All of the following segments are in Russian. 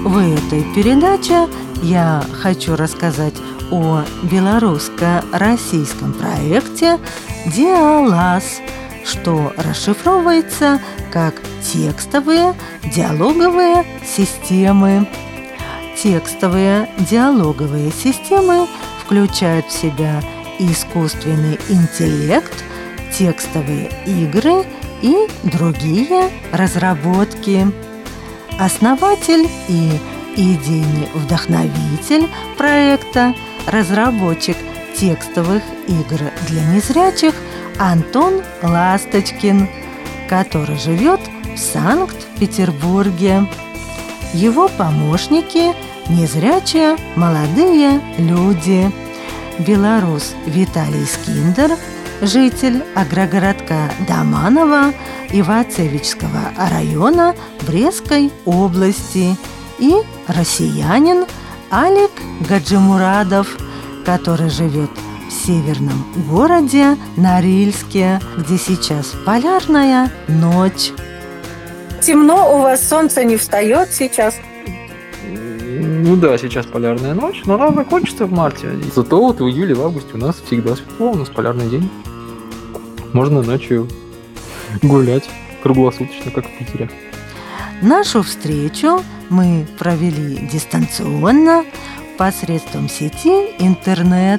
В этой передаче я хочу рассказать о белорусско-российском проекте «Диалаз», что расшифровывается как «текстовые диалоговые системы». Текстовые диалоговые системы включают в себя искусственный интеллект, текстовые игры и другие разработки. Основатель и идейный вдохновитель проекта, разработчик текстовых игр для незрячих Антон Ласточкин, который живет в Санкт-Петербурге. Его помощники – незрячие молодые люди. Белорус Виталий Скиндер, житель агрогородка Доманово Ивацевичского района Брестской области, и россиянин Алик Гаджимурадов, который живет в северном городе Норильске, где сейчас полярная ночь. Темно, у вас солнце не встает сейчас? Ну да, сейчас полярная ночь, но она закончится в марте. Зато вот в июле, в августе у нас всегда светло, у нас полярный день. Можно ночью гулять круглосуточно, как в Питере. Нашу встречу мы провели дистанционно посредством сети интернет.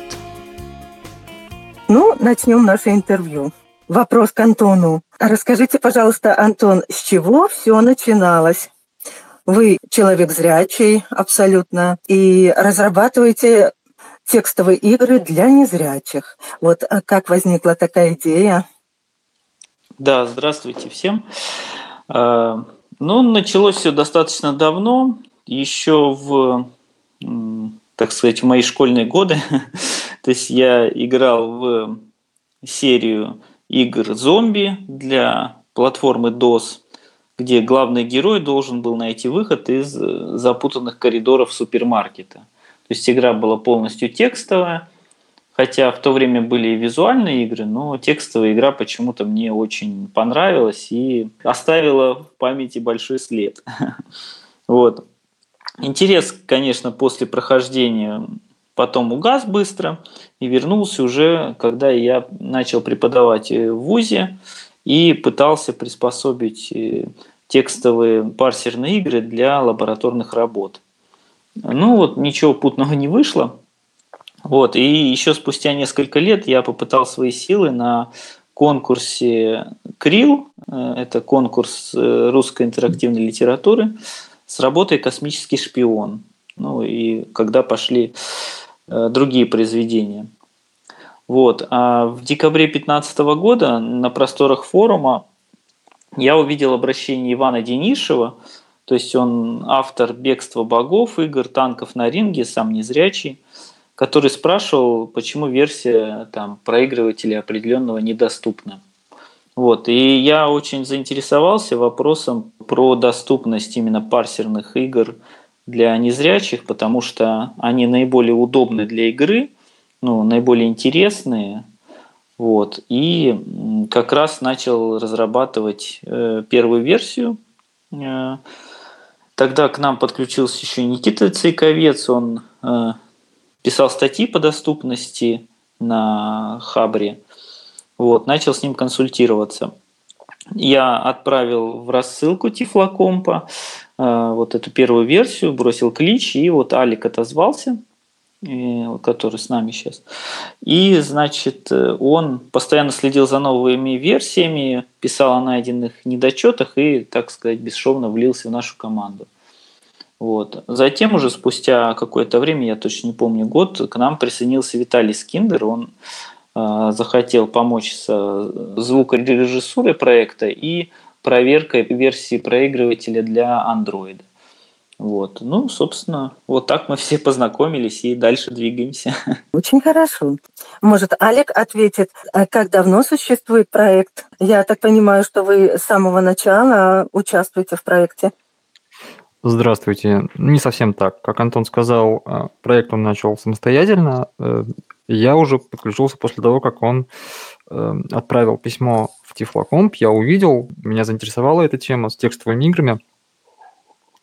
Ну, начнем наше интервью. Вопрос к Антону. Расскажите, пожалуйста, Антон, с чего все начиналось? Вы человек зрячий абсолютно и разрабатываете текстовые игры для незрячих. Вот как возникла такая идея? Да, здравствуйте всем. Ну, началось все достаточно давно, еще в, так сказать, в мои школьные годы. То есть я играл в серию игр «Зомби» для платформы DOS, где главный герой должен был найти выход из запутанных коридоров супермаркета. То есть игра была полностью текстовая, хотя в то время были и визуальные игры, но текстовая игра почему-то мне очень понравилась и оставила в памяти большой след. Вот. Интерес, конечно, после прохождения потом угас быстро и вернулся уже, когда я начал преподавать в вузе и пытался приспособить текстовые парсерные игры для лабораторных работ. Ну вот, ничего путного не вышло. Вот, и еще спустя несколько лет я попытал свои силы на конкурсе КРИЛ, это конкурс русской интерактивной литературы, с работой «Космический шпион». Ну и когда пошли другие произведения. Вот. А в декабре 2015 года на просторах форума я увидел обращение Ивана Денишева, то есть он автор «Бегства богов», игр «Танков на ринге», сам незрячий, который спрашивал, почему версия проигрывателя определенного недоступна. Вот. И я очень заинтересовался вопросом про доступность именно парсерных игр для незрячих, потому что они наиболее удобны для игры, наиболее интересные. Вот. И как раз начал разрабатывать первую версию. Тогда к нам подключился еще Никита Цейковец, он писал статьи по доступности на Хабре. Вот, начал с ним консультироваться. Я отправил в рассылку Тифлокомпа вот эту первую версию, бросил клич, и вот Алик отозвался, который с нами сейчас. И, значит, он постоянно следил за новыми версиями, писал о найденных недочетах и, так сказать, бесшовно влился в нашу команду. Вот. Затем уже спустя какое-то время, я точно не помню год, к нам присоединился Виталий Скиндер. Он захотел помочь со звукорежиссурой проекта и проверкой версии проигрывателя для Android. Вот. Ну, собственно, вот так мы все познакомились и дальше двигаемся. Очень хорошо. Может, Алик ответит, как давно существует проект? Я так понимаю, что вы с самого начала участвуете в проекте. Здравствуйте. Не совсем так. Как Антон сказал, проект он начал самостоятельно. Я уже подключился после того, как он отправил письмо в Тифлокомп. Я увидел, меня заинтересовала эта тема с текстовыми играми.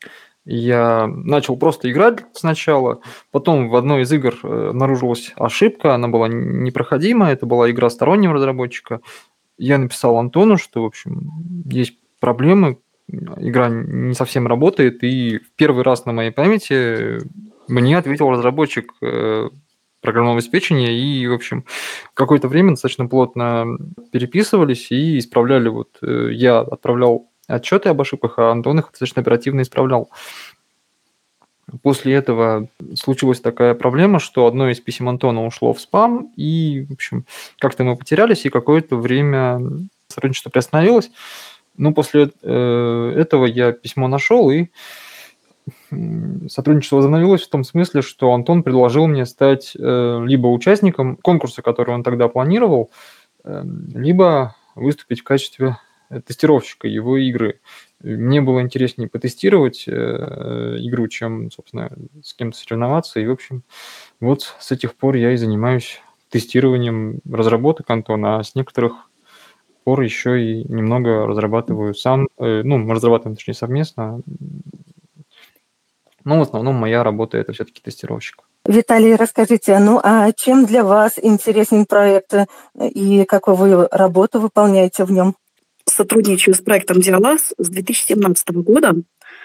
Я начал просто играть сначала, потом в одной из игр обнаружилась ошибка, она была непроходимая, это была игра стороннего разработчика. Я написал Антону, что, в общем, есть проблемы, игра не совсем работает, и в первый раз на моей памяти мне ответил разработчик программного обеспечения, и, в общем, какое-то время достаточно плотно переписывались и исправляли. Вот я отправлял отчеты об ошибках, а Антон их достаточно оперативно исправлял. После этого случилась такая проблема, что одно из писем Антона ушло в спам, и, в общем, как-то мы потерялись, и какое-то время сотрудничество приостановилось. Но после этого я письмо нашел, и сотрудничество возобновилось в том смысле, что Антон предложил мне стать либо участником конкурса, который он тогда планировал, либо выступить в качестве тестировщика его игры. Мне было интереснее потестировать игру, чем, собственно, с кем-то соревноваться. И, в общем, вот с этих пор я и занимаюсь тестированием разработок Антона, а с некоторых пор еще и немного разрабатываю сам. Мы разрабатываем, точнее, совместно. Но в основном моя работа – это все-таки тестировщик. Виталий, расскажите, а чем для вас интересен проект и какую вы работу выполняете в нем? Сотрудничаю с проектом Диалаз с 2017 года.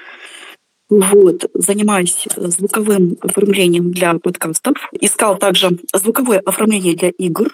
Занимаюсь звуковым оформлением для подкастов. Искал также звуковое оформление для игр.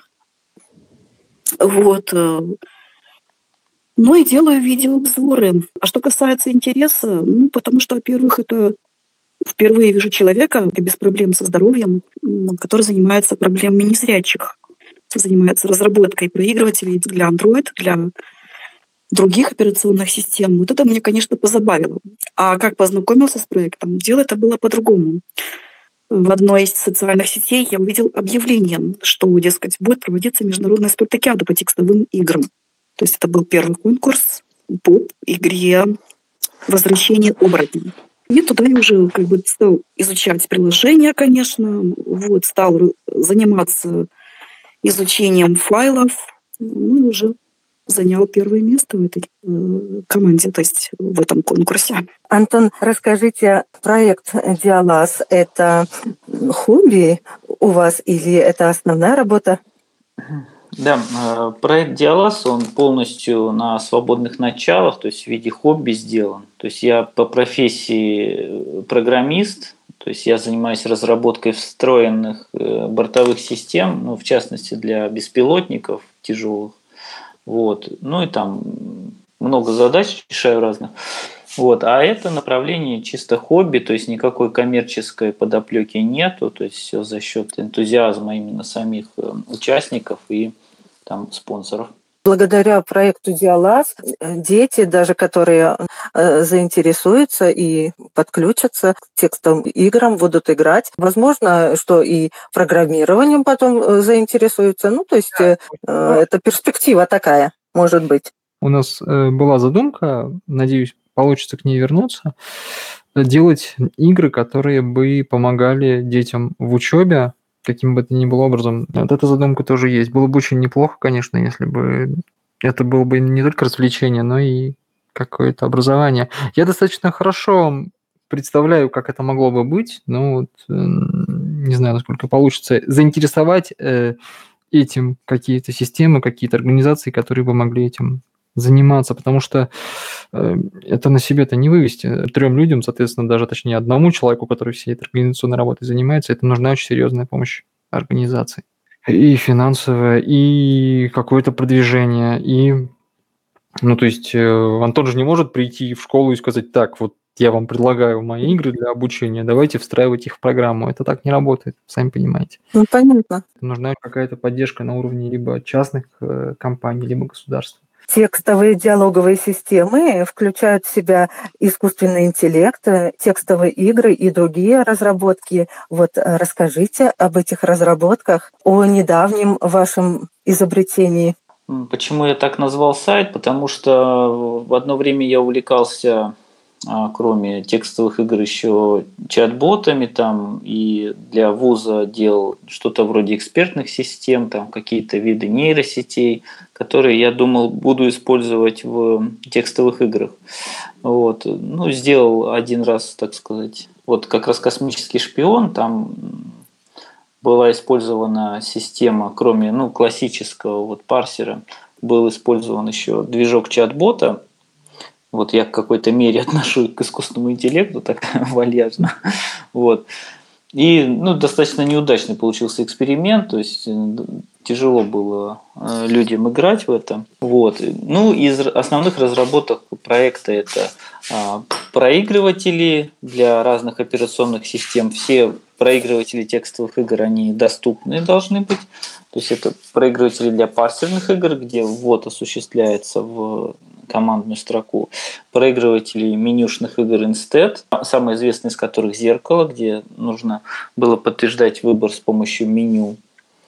Ну и делаю видеообзоры. А что касается интереса, потому что, во-первых, это впервые вижу человека без проблем со здоровьем, который занимается проблемами незрячих. Занимается разработкой проигрывателей для Android, для других операционных систем. Вот это меня, конечно, позабавило. А как познакомился с проектом? Дело это было по-другому. В одной из социальных сетей я увидел объявление, что, дескать, будет проводиться международная спартакиада по текстовым играм. То есть это был первый конкурс по игре «Возвращение оборотней». И туда я уже стал изучать приложение, конечно, стал заниматься изучением файлов, и уже занял первое место в этой команде, то есть в этом конкурсе. Антон, расскажите, проект Диалаз – это хобби у вас или это основная работа? Да, проект Диалаз, он полностью на свободных началах, то есть в виде хобби сделан. То есть я по профессии программист, то есть я занимаюсь разработкой встроенных бортовых систем, в частности для беспилотников тяжелых. Ну и там много задач решаю разных. А это направление чисто хобби, то есть никакой коммерческой подоплеки нету, то есть все за счет энтузиазма именно самих участников и там спонсоров. Благодаря проекту Диалаз дети, даже которые заинтересуются и подключатся к текстовым играм, будут играть. Возможно, что и программированием потом заинтересуются. То есть это перспектива такая, может быть. У нас была задумка, надеюсь, получится к ней вернуться, делать игры, которые бы помогали детям в учебе, каким бы то ни было образом. Вот эта задумка тоже есть. Было бы очень неплохо, конечно, если бы это было бы не только развлечение, но и какое-то образование. Я достаточно хорошо представляю, как это могло бы быть, но не знаю, насколько получится заинтересовать этим какие-то системы, какие-то организации, которые бы могли этим заниматься, потому что это на себе-то не вывести. 3 людям, соответственно, даже точнее одному человеку, который всей этой организационной работой занимается, это нужна очень серьезная помощь организации. И финансовая, и какое-то продвижение, и... то есть Антон же не может прийти в школу и сказать: так, вот я вам предлагаю мои игры для обучения, давайте встраивать их в программу. Это так не работает, сами понимаете. Понятно. Нужна какая-то поддержка на уровне либо частных компаний, либо государства. Текстовые диалоговые системы включают в себя искусственный интеллект, текстовые игры и другие разработки. Расскажите об этих разработках, о недавнем вашем изобретении. Почему я так назвал сайт? Потому что в одно время я увлекался, кроме текстовых игр, еще чат-ботами там, и для вуза делал что-то вроде экспертных систем, там какие-то виды нейросетей, которые, я думал, буду использовать в текстовых играх. Вот. Ну, сделал один раз, так сказать, вот как раз «Космический шпион», там была использована система, кроме классического вот парсера, был использован еще движок чат-бота. Вот я в какой-то мере отношу к искусственному интеллекту так вальяжно. Вот. И достаточно неудачный получился эксперимент, то есть тяжело было людям играть в это. Вот. Ну, из основных разработок проекта это проигрыватели для разных операционных систем. Все проигрыватели текстовых игр, они доступны должны быть. То есть это проигрыватели для парсерных игр, где ввод осуществляется в командную строку, проигрывателей менюшных игр Instead, самый известный из которых «Зеркало», где нужно было подтверждать выбор с помощью меню.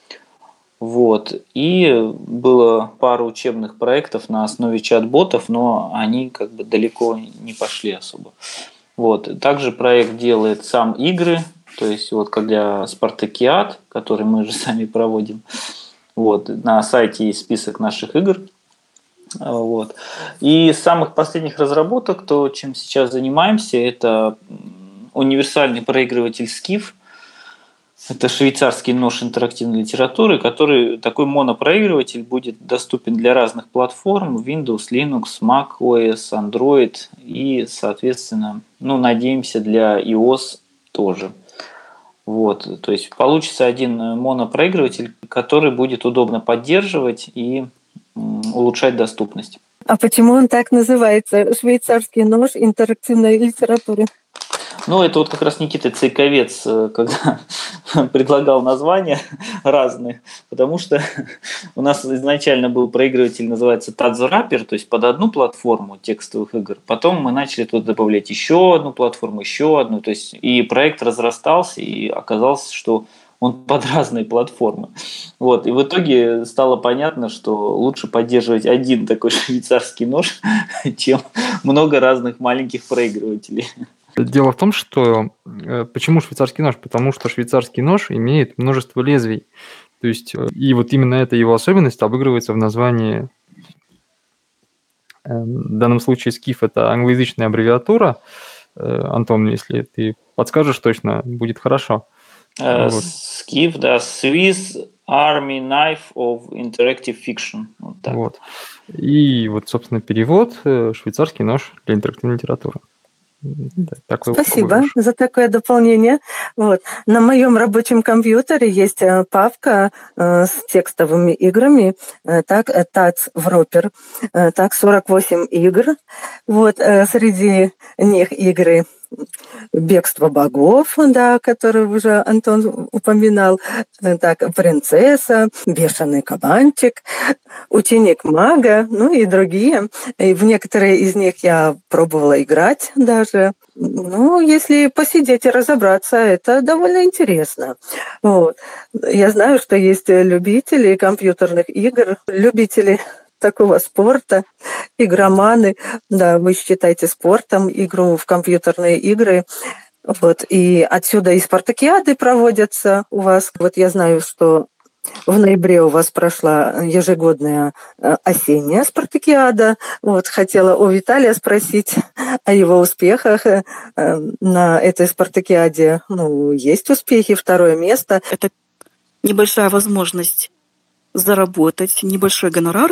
Вот. И было пару учебных проектов на основе чат-ботов, но они как бы далеко не пошли особо. Вот. Также проект делает сам игры, то есть вот как для «Спартакиад», который мы же сами проводим. Вот. На сайте есть список наших игр. Вот. И из самых последних разработок, то, чем сейчас занимаемся, это универсальный проигрыватель Skiff. Это швейцарский нож интерактивной литературы, который такой монопроигрыватель будет доступен для разных платформ: Windows, Linux, Mac OS, Android и, соответственно, надеемся, для iOS тоже. Вот. То есть получится один монопроигрыватель, который будет удобно поддерживать и улучшать доступность. А почему он так называется? Швейцарский нож интерактивной литературы. Это вот как раз Никита Цейковец, когда предлагал названия разные, потому что у нас изначально был проигрыватель, называется TazRapper, то есть под одну платформу текстовых игр. Потом мы начали туда добавлять еще одну платформу, еще одну, то есть и проект разрастался, и оказалось, что он под разные платформы. Вот. И в итоге стало понятно, что лучше поддерживать один такой швейцарский нож, чем много разных маленьких проигрывателей. Дело в том, что почему швейцарский нож? Потому что швейцарский нож имеет множество лезвий. То есть, и вот именно эта его особенность обыгрывается в названии. В данном случае Skiff – это англоязычная аббревиатура. Антон, если ты подскажешь точно, будет хорошо. Skiff, да, Swiss Army Knife of Interactive Fiction. Вот так. Вот. И вот, собственно, перевод «Швейцарский нож для интерактивной литературы». Спасибо за такое дополнение. Вот. На моем рабочем компьютере есть папка с текстовыми играми, так, TazRapper, так, 48 игр. Вот, среди них игры «Бегство богов», да, который уже Антон упоминал, так, «Принцесса», «Бешеный кабанчик», «Ученик мага», и другие. И в некоторые из них я пробовала играть даже. Если посидеть и разобраться, это довольно интересно. Вот. Я знаю, что есть любители компьютерных игр, любители такого спорта, игроманы. Да, вы считаете спортом игру в компьютерные игры. Вот. И отсюда и спартакиады проводятся у вас. Вот я знаю, что в ноябре у вас прошла ежегодная осенняя спартакиада. Вот, хотела у Виталия спросить о его успехах на этой спартакиаде. Есть успехи, 2 место. Это небольшая возможность заработать небольшой гонорар,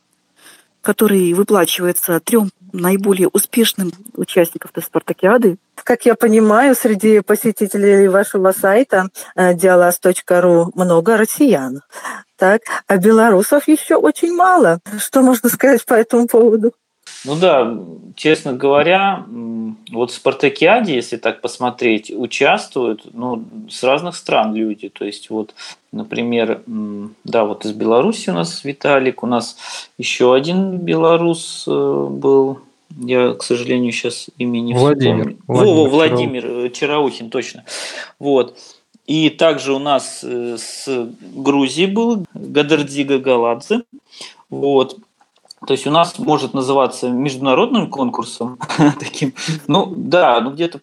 который выплачивается 3 наиболее успешным участникам этой спартакиады. Как я понимаю, среди посетителей вашего сайта dialas.ru много россиян. Так, а белорусов еще очень мало. Что можно сказать по этому поводу? Да, честно говоря, вот в спартакиаде, если так посмотреть, участвуют с разных стран люди. То есть вот, например, да, вот из Беларуси у нас Виталик, у нас еще один белорус был. Я, к сожалению, сейчас имени не вспомню. Владимир Чараухин, точно. Вот. И также у нас с Грузии был Гадерди Гагаладзе. Вот. То есть у нас может называться международным конкурсом таким. Где-то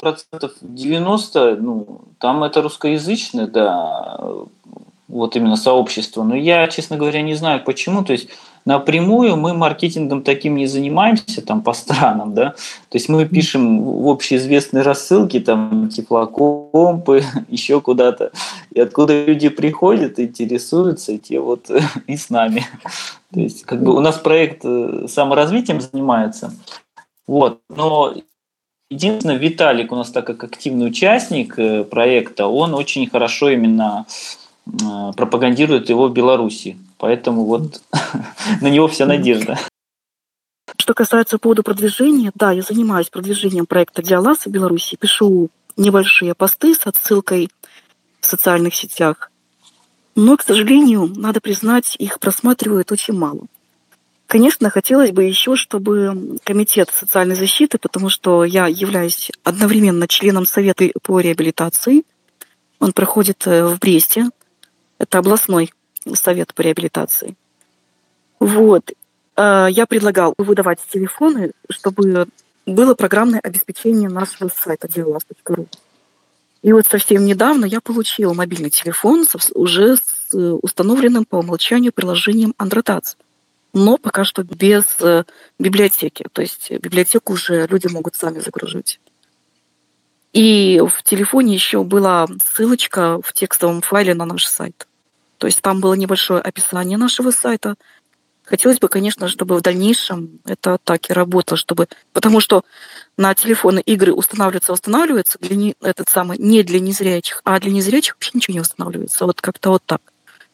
90%, там это русскоязычное, да, вот именно сообщество. Но я, честно говоря, не знаю почему. То есть напрямую мы маркетингом таким не занимаемся там по странам, да. То есть мы пишем в общеизвестные рассылки, там Тифлокомпы, еще куда-то. И откуда люди приходят, интересуются, и те вот и с нами. То есть как бы у нас проект саморазвитием занимается. Вот, но единственное, Виталик у нас, так как активный участник проекта, он очень хорошо именно пропагандирует его в Беларуси. Поэтому вот на него вся надежда. Что касается повода продвижения, да, я занимаюсь продвижением проекта «Диалаз» в Беларуси, пишу небольшие посты с отсылкой в социальных сетях. Но, к сожалению, надо признать, их просматривают очень мало. Конечно, хотелось бы еще, чтобы Комитет социальной защиты, потому что я являюсь одновременно членом Совета по реабилитации, он проходит в Бресте, это областной совет по реабилитации. Вот. Я предлагал выдавать телефоны, чтобы было программное обеспечение нашего сайта dialas.ru. И вот совсем недавно я получила мобильный телефон уже с установленным по умолчанию приложением Androtats, но пока что без библиотеки. То есть библиотеку уже люди могут сами загружать. И в телефоне еще была ссылочка в текстовом файле на наш сайт. То есть там было небольшое описание нашего сайта. Хотелось бы, конечно, чтобы в дальнейшем это так и работало, потому что на телефоны игры устанавливаются не для незрячих, а для незрячих вообще ничего не устанавливается. Вот как-то вот так.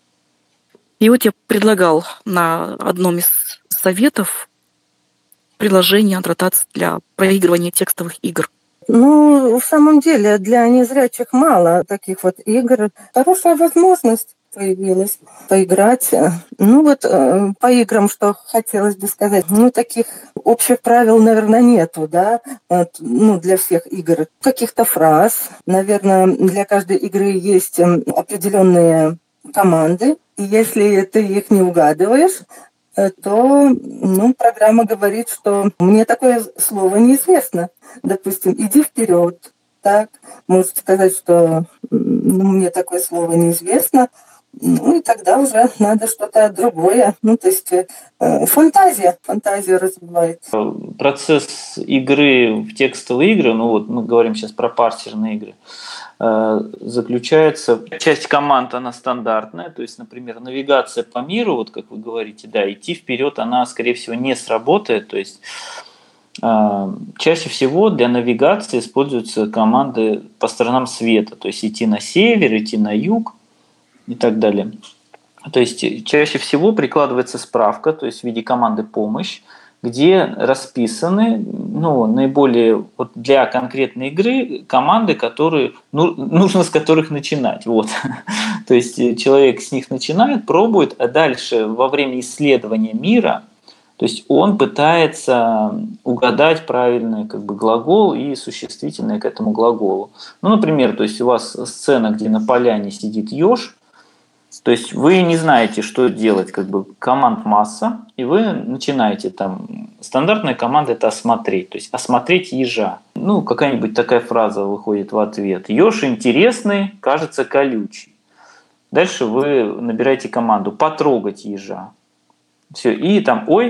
И вот я предлагал на одном из советов приложение Androtats для проигрывания текстовых игр. Ну, в самом деле, для незрячих мало таких вот игр. Хорошая возможность появилась поиграть. Ну вот по играм, что хотелось бы сказать, таких общих правил, наверное, нету, да, для всех игр. Каких-то фраз, наверное, для каждой игры есть определенные команды, и если ты их не угадываешь, то программа говорит, что мне такое слово неизвестно. Допустим, иди вперед. Так, можете сказать, что мне такое слово неизвестно. И тогда уже надо что-то другое. То есть фантазия развивается. Процесс игры в текстовые игры, мы говорим сейчас про парсерные игры, заключается, часть команд, она стандартная, то есть, например, навигация по миру, вот как вы говорите, да, идти вперед, она, скорее всего, не сработает, то есть чаще всего для навигации используются команды по сторонам света, то есть идти на север, идти на юг и так далее. То есть чаще всего прикладывается справка, то есть в виде команды «помощь», где расписаны наиболее для конкретной игры команды, которые нужно с которых начинать. Вот. То есть человек с них начинает, пробует, а дальше во время исследования мира, то есть он пытается угадать правильный глагол и существительное к этому глаголу. Например, то есть у вас сцена, где на поляне сидит еж, то есть вы не знаете, что делать, команд масса, и вы начинаете стандартная команда – это осмотреть, то есть осмотреть ежа. Какая-нибудь такая фраза выходит в ответ. Еж интересный, кажется колючий. Дальше вы набираете команду потрогать ежа. Все, и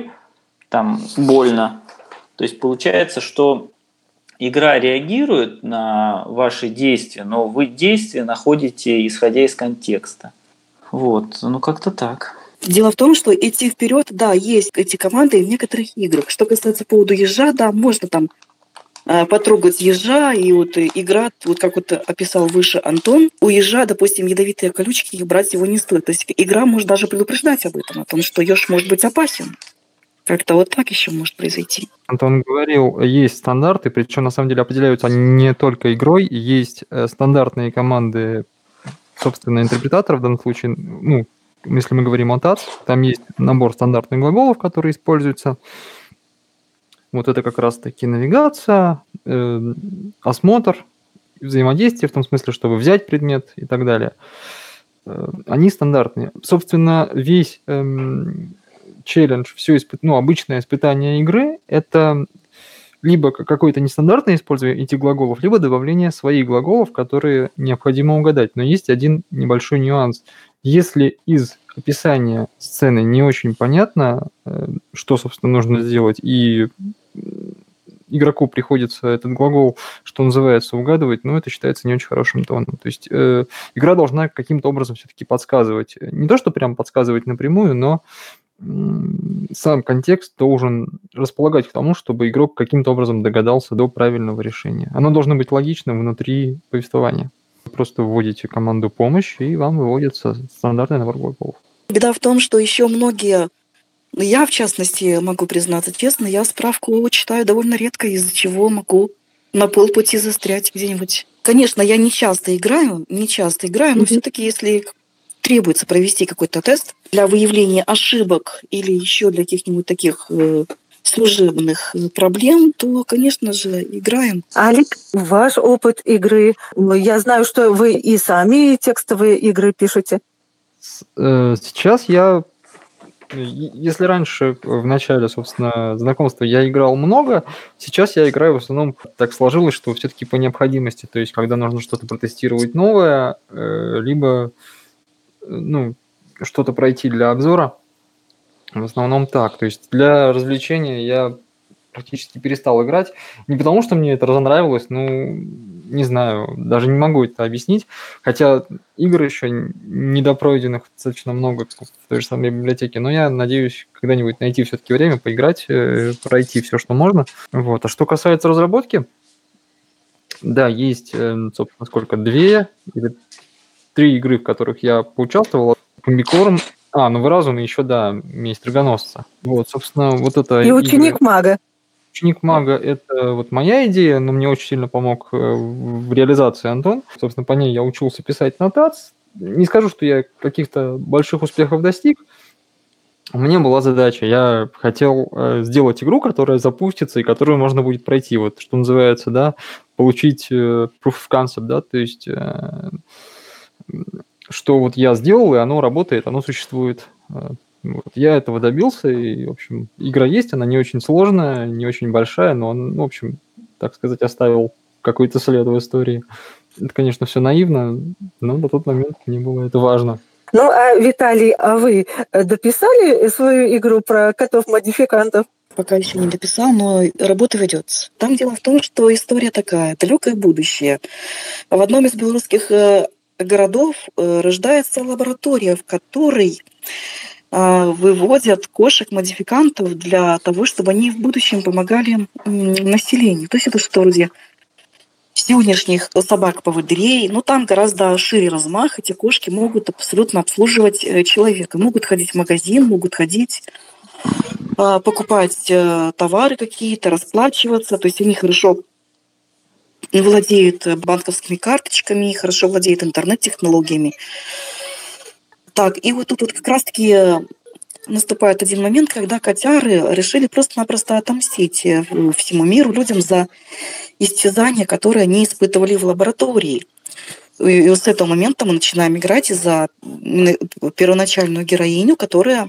больно. То есть получается, что игра реагирует на ваши действия, но вы действия находите, исходя из контекста. Вот, как-то так. Дело в том, что идти вперед, да, есть эти команды в некоторых играх. Что касается поводу ежа, да, можно потрогать ежа, и игра, как описал выше Антон, у ежа, допустим, ядовитые колючки, и брать его не стоит. То есть игра может даже предупреждать об этом, о том, что еж может быть опасен. Как-то вот так еще может произойти. Антон говорил, есть стандарты, причем на самом деле определяются они не только игрой, есть стандартные команды, собственно, интерпретатора в данном случае, если мы говорим о ТАЦ, там есть набор стандартных глаголов, которые используются. Вот это как раз-таки навигация, осмотр, взаимодействие, в том смысле, чтобы взять предмет и так далее. Они стандартные. Собственно, весь челлендж, все обычное испытание игры – это либо какое-то нестандартное использование этих глаголов, либо добавление своих глаголов, которые необходимо угадать. Но есть один небольшой нюанс. Если из описание сцены не очень понятно, что, собственно, нужно сделать, и игроку приходится этот глагол, что называется, угадывать, но это считается не очень хорошим тоном. То есть игра должна каким-то образом все-таки подсказывать. Не то, что прям подсказывать напрямую, но сам контекст должен располагать к тому, чтобы игрок каким-то образом догадался до правильного решения. Оно должно быть логичным внутри повествования. Вы просто вводите команду «помощь», и вам выводится стандартный набор глаголов. Беда в том, что еще многие, я в частности могу признаться честно, я справку читаю довольно редко, из-за чего могу на полпути застрять где-нибудь. Конечно, я не часто играю, но все-таки если требуется провести какой-то тест для выявления ошибок или еще для каких-нибудь таких служебных проблем, то, конечно же, играем. Алик, ваш опыт игры. Я знаю, что вы и сами текстовые игры пишете. Сейчас если раньше в начале, собственно, знакомства я играл много, сейчас я играю в основном, так сложилось, что все-таки по необходимости, то есть когда нужно что-то протестировать новое, либо что-то пройти для обзора, в основном так. То есть для развлечения я практически перестал играть. Не потому, что мне это разонравилось, не знаю, даже не могу это объяснить. Хотя игр еще недопройденных достаточно много в той же самой библиотеке. Но я надеюсь когда-нибудь найти все-таки время поиграть, пройти все, что можно. Вот. А что касается разработки, да, есть, собственно, сколько? 2 или 3 игры, в которых я поучаствовал. Комбикорм. Новый разум и еще, да, месть драгоносца. Вот, собственно, вот это... И ученик мага. Ученик мага – это вот моя идея, но мне очень сильно помог в реализации Антон. Собственно, по ней я учился писать на ТАЦ. Не скажу, что я каких-то больших успехов достиг. У меня была задача. Я хотел сделать игру, которая запустится и которую можно будет пройти. Вот, что называется, да, получить proof of concept, да, то есть... что вот я сделал, и оно работает, оно существует. Вот. Я этого добился, и, в общем, игра есть, она не очень сложная, не очень большая, но он, в общем, так сказать, оставил какой-то след в истории. Это, конечно, все наивно, но на тот момент мне было это важно. Виталий, а вы дописали свою игру про котов-модификантов? Пока еще не дописал, но работа ведется. Там дело в том, что история такая, далекое будущее. В одном из белорусских городов рождается лаборатория, в которой выводят кошек-модификантов для того, чтобы они в будущем помогали населению. То есть это что-то вроде сегодняшних собак-поводырей, но там гораздо шире размах. Эти кошки могут абсолютно обслуживать человека. Могут ходить в магазин, могут ходить, покупать товары какие-то, расплачиваться. То есть они хорошо владеют банковскими карточками, хорошо владеют интернет-технологиями. Так, и вот тут вот как раз-таки наступает один момент, когда котяры решили просто-напросто отомстить всему миру, людям за истязания, которые они испытывали в лаборатории. И вот с этого момента мы начинаем играть за первоначальную героиню, которая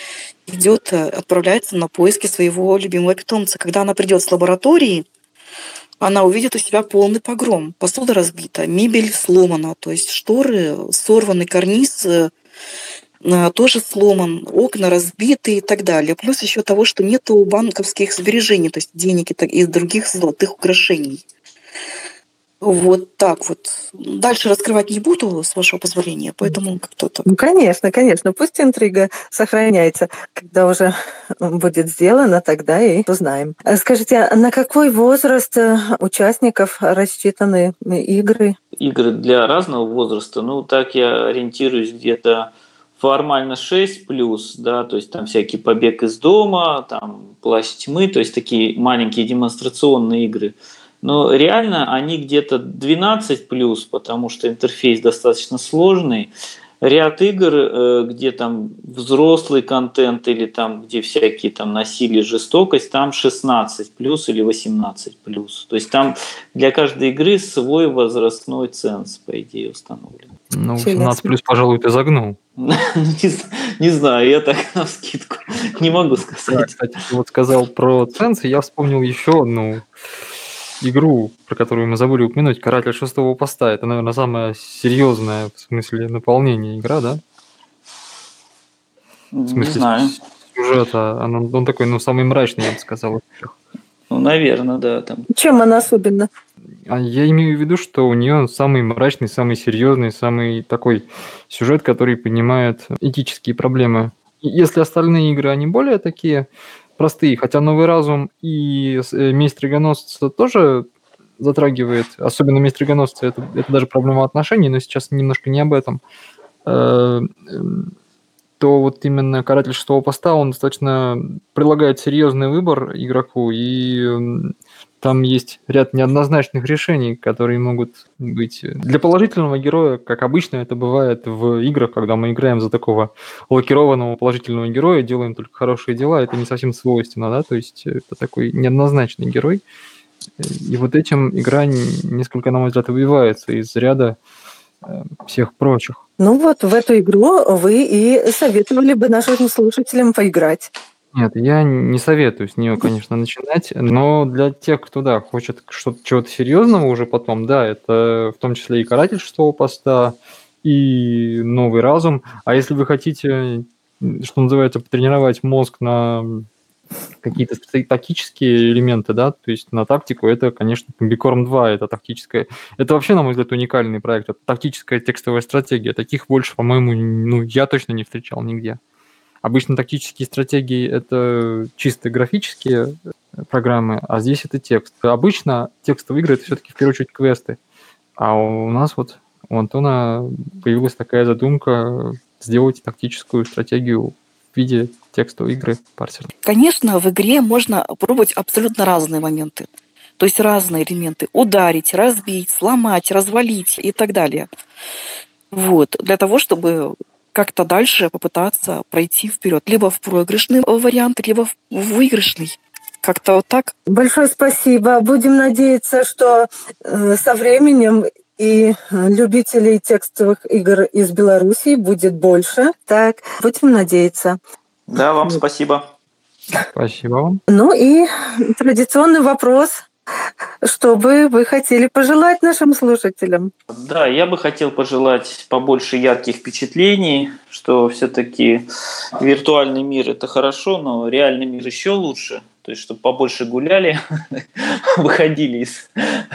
отправляется на поиски своего любимого питомца. Когда она придет с лаборатории, она увидит у себя полный погром. Посуда разбита, мебель сломана, то есть шторы сорваны, карниз тоже сломан, окна разбиты и так далее. Плюс еще того, что нету банковских сбережений, то есть денег и других золотых украшений. Вот так вот. Дальше раскрывать не буду, с вашего позволения, поэтому как-то так. Конечно. Пусть интрига сохраняется. Когда уже будет сделано, тогда и узнаем. Скажите, а на какой возраст участников рассчитаны игры? Игры для разного возраста. Так я ориентируюсь где-то формально 6+, да, то есть там всякий побег из дома, там плащ тьмы, то есть такие маленькие демонстрационные игры. Но реально они где-то 12+, потому что интерфейс достаточно сложный. Ряд игр, где там взрослый контент или там, где всякие там насилие, жестокость, там 16+ или 18+. То есть там для каждой игры свой возрастной ценз, по идее, установлен. 18+, пожалуй, ты загнул. Не знаю, я так навскидку не могу сказать. Да, кстати, ты вот сказал про ценз, и я вспомнил еще одну игру, про которую мы забыли упомянуть, «Каратель шестого поста». Это, наверное, самая серьезная в смысле наполнения игра, да? В Не смысле, знаю. сюжета. Он такой, ну, самый мрачный, я бы сказал, из всех. Ну, наверное, да. Там. Чем она особенно? А я имею в виду, что у нее самый мрачный, самый серьезный, самый такой сюжет, который поднимает этические проблемы. И если остальные игры, они более такие простые, хотя «Новый разум» и «Месть Стригоносца» тоже затрагивает, особенно «Месть Стригоносца», это даже проблема отношений, но сейчас немножко не об этом. Э, То вот именно «Каратель шестого поста», он достаточно предлагает серьезный выбор игроку, и там есть ряд неоднозначных решений, которые могут быть для положительного героя, как обычно это бывает в играх, когда мы играем за такого лакированного положительного героя, делаем только хорошие дела, это не совсем свойственно, да, то есть это такой неоднозначный герой. И вот этим игра несколько, на мой взгляд, выбивается из ряда всех прочих. Ну вот в эту игру вы и советовали бы нашим слушателям поиграть. Нет, я не советую с нее, конечно, начинать, но для тех, кто, да, хочет чего-то серьезного уже потом, да, это в том числе и «Каратель шестого поста», и «Новый разум». А если вы хотите, что называется, потренировать мозг на какие-то тактические элементы, да, то есть на тактику, это, конечно, Комбикорм 2, это тактическая... Это вообще, на мой взгляд, уникальный проект, это тактическая текстовая стратегия. Таких больше, по-моему, ну, я точно не встречал нигде. Обычно тактические стратегии – это чисто графические программы, а здесь это текст. Обычно текстовые игры – это все-таки в первую очередь квесты. А у нас вот у Антона появилась такая задумка сделать тактическую стратегию в виде текстовой игры парсер. Конечно, в игре можно пробовать абсолютно разные моменты. То есть разные элементы. Ударить, разбить, сломать, развалить и так далее. Вот. Для того, чтобы как-то дальше попытаться пройти вперед. Либо в проигрышный вариант, либо в выигрышный. Как-то вот так. Большое спасибо. Будем надеяться, что со временем и любителей текстовых игр из Беларуси будет больше. Так, будем надеяться. Да, вам спасибо. Спасибо вам. Ну и традиционный вопрос. Что бы вы хотели пожелать нашим слушателям? Да, я бы хотел пожелать побольше ярких впечатлений, что все-таки виртуальный мир – это хорошо, но реальный мир еще лучше. То есть, чтобы побольше гуляли, выходили из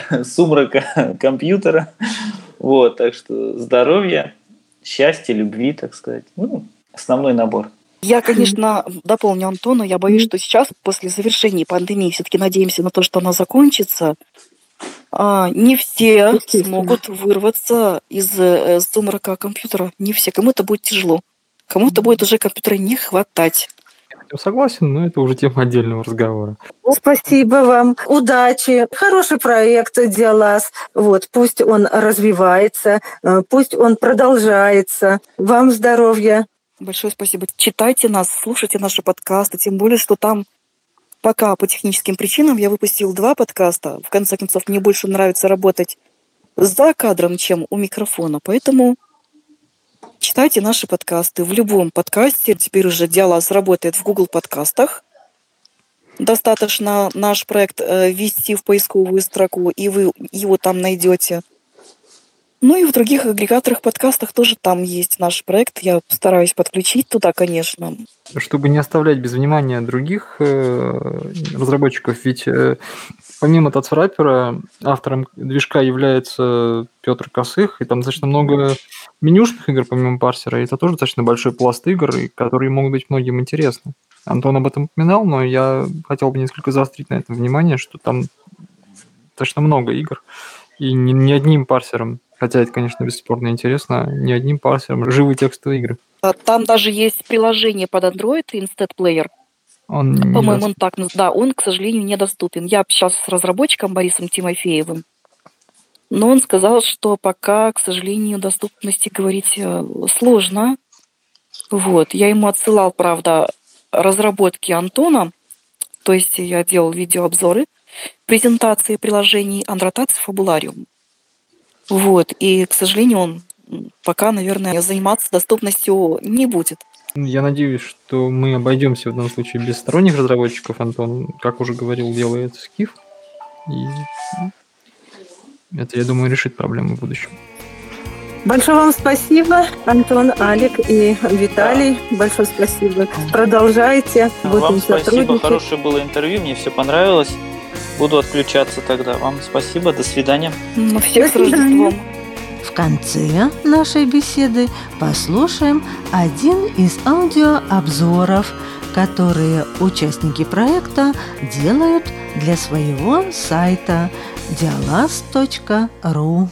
сумрака компьютера. Вот, так что здоровья, счастья, любви, так сказать. Ну, основной набор. Я, конечно, дополню Антона. Я боюсь, что сейчас, после завершения пандемии, все-таки надеемся на то, что она закончится, не все смогут вырваться из сумрака компьютера. Не все. Кому-то будет тяжело. Кому-то будет уже компьютера не хватать. Я согласен, но это уже тема отдельного разговора. Спасибо вам. Удачи. Хороший проект Диалаз. Вот, пусть он развивается, пусть он продолжается. Вам здоровья. Большое спасибо. Читайте нас, слушайте наши подкасты, тем более, что там пока по техническим причинам я выпустил 2 подкаста. В конце концов, мне больше нравится работать за кадром, чем у микрофона. Поэтому читайте наши подкасты. В любом подкасте теперь уже Диалаз работает в Google подкастах. Достаточно наш проект ввести в поисковую строку, и вы его там найдете. Ну и в других агрегаторах подкастах тоже там есть наш проект. Я постараюсь подключить туда, конечно. Чтобы не оставлять без внимания других разработчиков, ведь помимо TouchRapper автором движка является Петр Косых, и там достаточно много менюшных игр помимо парсера, и это тоже достаточно большой пласт игр, которые могут быть многим интересны. Антон об этом упоминал, но я хотел бы несколько заострить на этом внимание, что там достаточно много игр, и не одним парсером. Хотя это, конечно, бесспорно интересно, не одним парсером, живые текстовые игры. Там даже есть приложение под Android, Instant Player. По-моему, он так, да, он, к сожалению, недоступен. Я общался с разработчиком Борисом Тимофеевым, но он сказал, что пока, к сожалению, доступности говорить сложно. Вот. Я ему отсылал, правда, разработки Антона, то есть я делал видеообзоры, презентации приложений Androtats и Fabularium. Вот. И, к сожалению, он пока, наверное, заниматься доступностью не будет. Я надеюсь, что мы обойдемся в данном случае без сторонних разработчиков. Антон, как уже говорил, делает Скиф. И это, я думаю, решит проблему в будущем. Большое вам спасибо, Антон, Алик и Виталий. Большое спасибо. Продолжайте. Вам Будем спасибо, сотрудничать. хорошее было интервью, мне все понравилось. Буду отключаться тогда. Вам спасибо, до свидания. Всех с До свидания. Рождеством. В конце нашей беседы послушаем один из аудиообзоров, которые участники проекта делают для своего сайта dialas.ru.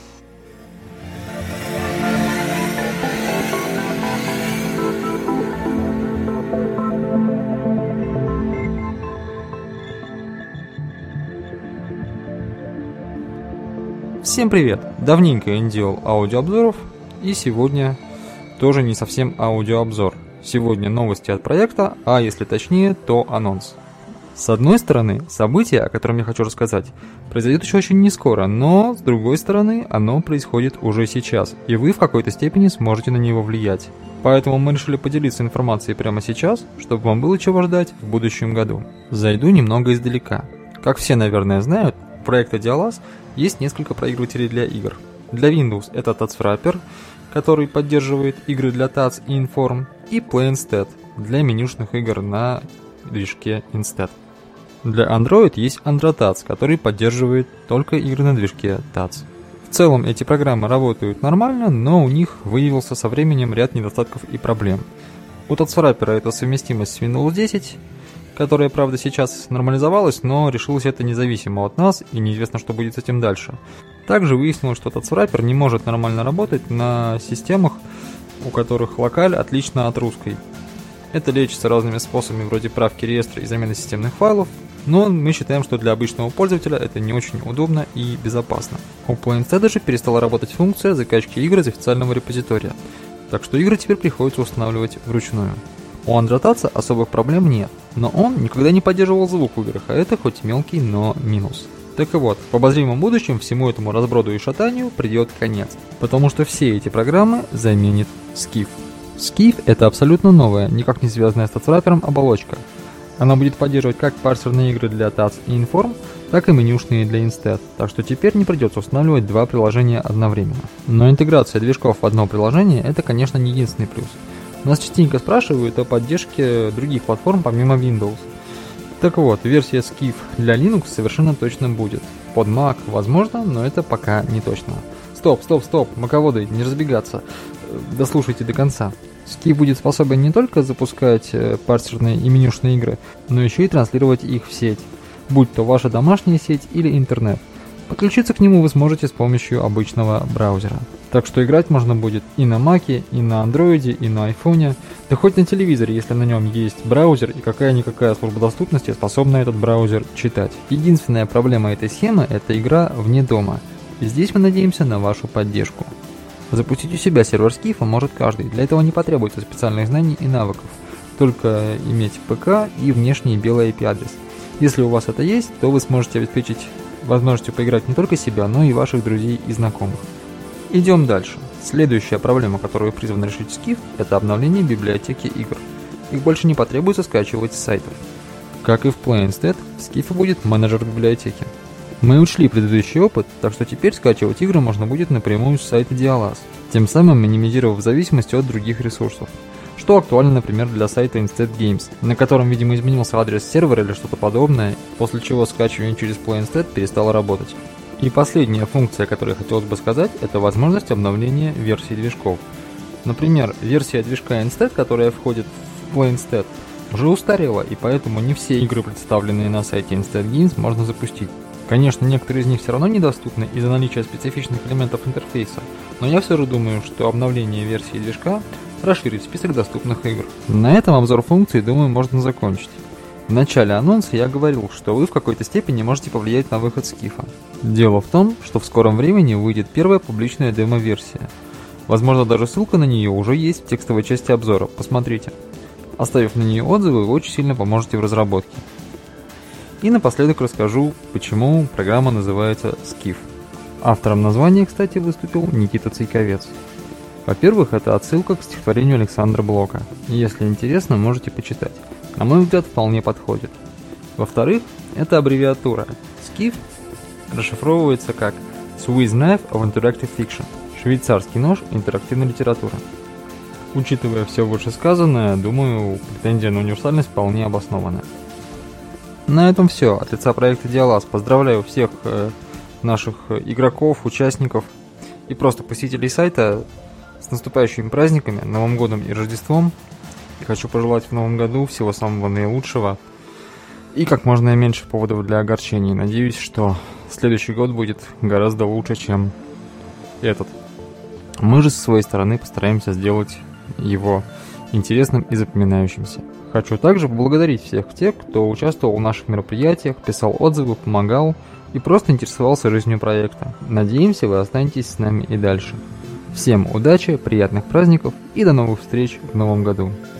Всем привет! Давненько я не делал аудиообзоров, и сегодня тоже не совсем аудиообзор. Сегодня новости от проекта, а если точнее, то анонс. С одной стороны, событие, о котором я хочу рассказать, произойдет еще очень не скоро, но с другой стороны, оно происходит уже сейчас, и вы в какой-то степени сможете на него влиять. Поэтому мы решили поделиться информацией прямо сейчас, чтобы вам было чего ждать в будущем году. Зайду немного издалека. Как все, наверное, знают, у проекта Dialas есть несколько проигрывателей для игр. Для Windows это TatsWrapper, который поддерживает игры для Tats и Inform, и PlayInstead для менюшных игр на движке Instead. Для Android есть AndroTats, который поддерживает только игры на движке Tats. В целом эти программы работают нормально, но у них выявился со временем ряд недостатков и проблем. У TatsWrapper это совместимость с Windows 10, которая, правда, сейчас нормализовалась, но решилось это независимо от нас, и неизвестно, что будет с этим дальше. Также выяснилось, что TatsWrapper не может нормально работать на системах, у которых локаль отлична от русской. Это лечится разными способами вроде правки реестра и замены системных файлов, но мы считаем, что для обычного пользователя это не очень удобно и безопасно. У PlayInstead же перестала работать функция закачки игр из официального репозитория, так что игры теперь приходится устанавливать вручную. У AndroTats особых проблем нет, но он никогда не поддерживал звук в играх, а это хоть мелкий, но минус. Так и вот, в обозримом будущем всему этому разброду и шатанию придет конец, потому что все эти программы заменит Skiff. Skiff это абсолютно новая, никак не связанная с TatsWrapper оболочка. Она будет поддерживать как парсерные игры для Tats и Inform, так и менюшные для Instead, так что теперь не придется устанавливать два приложения одновременно. Но интеграция движков в одно приложение это, конечно, не единственный плюс. Нас частенько спрашивают о поддержке других платформ помимо Windows. Так вот, версия Skiff для Linux совершенно точно будет. Под Mac возможно, но это пока не точно. Стоп, маководы, не разбегаться. Дослушайте до конца. Skiff будет способен не только запускать парсерные и менюшные игры, но еще и транслировать их в сеть, будь то ваша домашняя сеть или интернет. Подключиться к нему вы сможете с помощью обычного браузера. Так что играть можно будет и на Маке, и на Андроиде, и на айфоне, да хоть на телевизоре, если на нем есть браузер и какая-никакая служба доступности способна этот браузер читать. Единственная проблема этой схемы – это игра вне дома. И здесь мы надеемся на вашу поддержку. Запустить у себя сервер Skiff может каждый, для этого не потребуется специальных знаний и навыков, только иметь ПК и внешний белый IP-адрес. Если у вас это есть, то вы сможете обеспечить возможностью поиграть не только себя, но и ваших друзей и знакомых. Идем дальше. Следующая проблема, которую призван решить Skiff, это обновление библиотеки игр. Их больше не потребуется скачивать с сайтов. Как и в PlayInstead, в Skiff будет менеджер библиотеки. Мы учли предыдущий опыт, так что теперь скачивать игры можно будет напрямую с сайта Dialas, тем самым минимизировав зависимость от других ресурсов. Что актуально, например, для сайта Instead Games, на котором, видимо, изменился адрес сервера или что-то подобное, после чего скачивание через PlayInstead перестало работать. И последняя функция, о которой хотелось бы сказать, это возможность обновления версий движков. Например, версия движка Instead, которая входит в PlayInstead, уже устарела, и поэтому не все игры, представленные на сайте Instead Games, можно запустить. Конечно, некоторые из них все равно недоступны из-за наличия специфичных элементов интерфейса, но я все же думаю, что обновление версии движка расширит список доступных игр. На этом обзор функций, думаю, можно закончить. В начале анонса я говорил, что вы в какой-то степени можете повлиять на выход Skiff. Дело в том, что в скором времени выйдет первая публичная демо-версия. Возможно, даже ссылка на нее уже есть в текстовой части обзора, посмотрите. Оставив на нее отзывы, вы очень сильно поможете в разработке. И напоследок расскажу, почему программа называется Skiff. Автором названия, кстати, выступил Никита Цейковец. Во-первых, это отсылка к стихотворению Александра Блока. Если интересно, можете почитать. На мой взгляд, вполне подходит. Во-вторых, это аббревиатура. Skiff расшифровывается как Swiss Knife of Interactive Fiction, «Швейцарский нож интерактивной литературы». Учитывая все вышесказанное, думаю, претензия на универсальность вполне обоснована. На этом все. От лица проекта Диалаз поздравляю всех наших игроков, участников и просто посетителей сайта с наступающими праздниками, Новым годом и Рождеством. И хочу пожелать в новом году всего самого наилучшего и как можно меньше поводов для огорчений. Надеюсь, что следующий год будет гораздо лучше, чем этот. Мы же со своей стороны постараемся сделать его интересным и запоминающимся. Хочу также поблагодарить всех тех, кто участвовал в наших мероприятиях, писал отзывы, помогал и просто интересовался жизнью проекта. Надеемся, вы останетесь с нами и дальше. Всем удачи, приятных праздников и до новых встреч в новом году.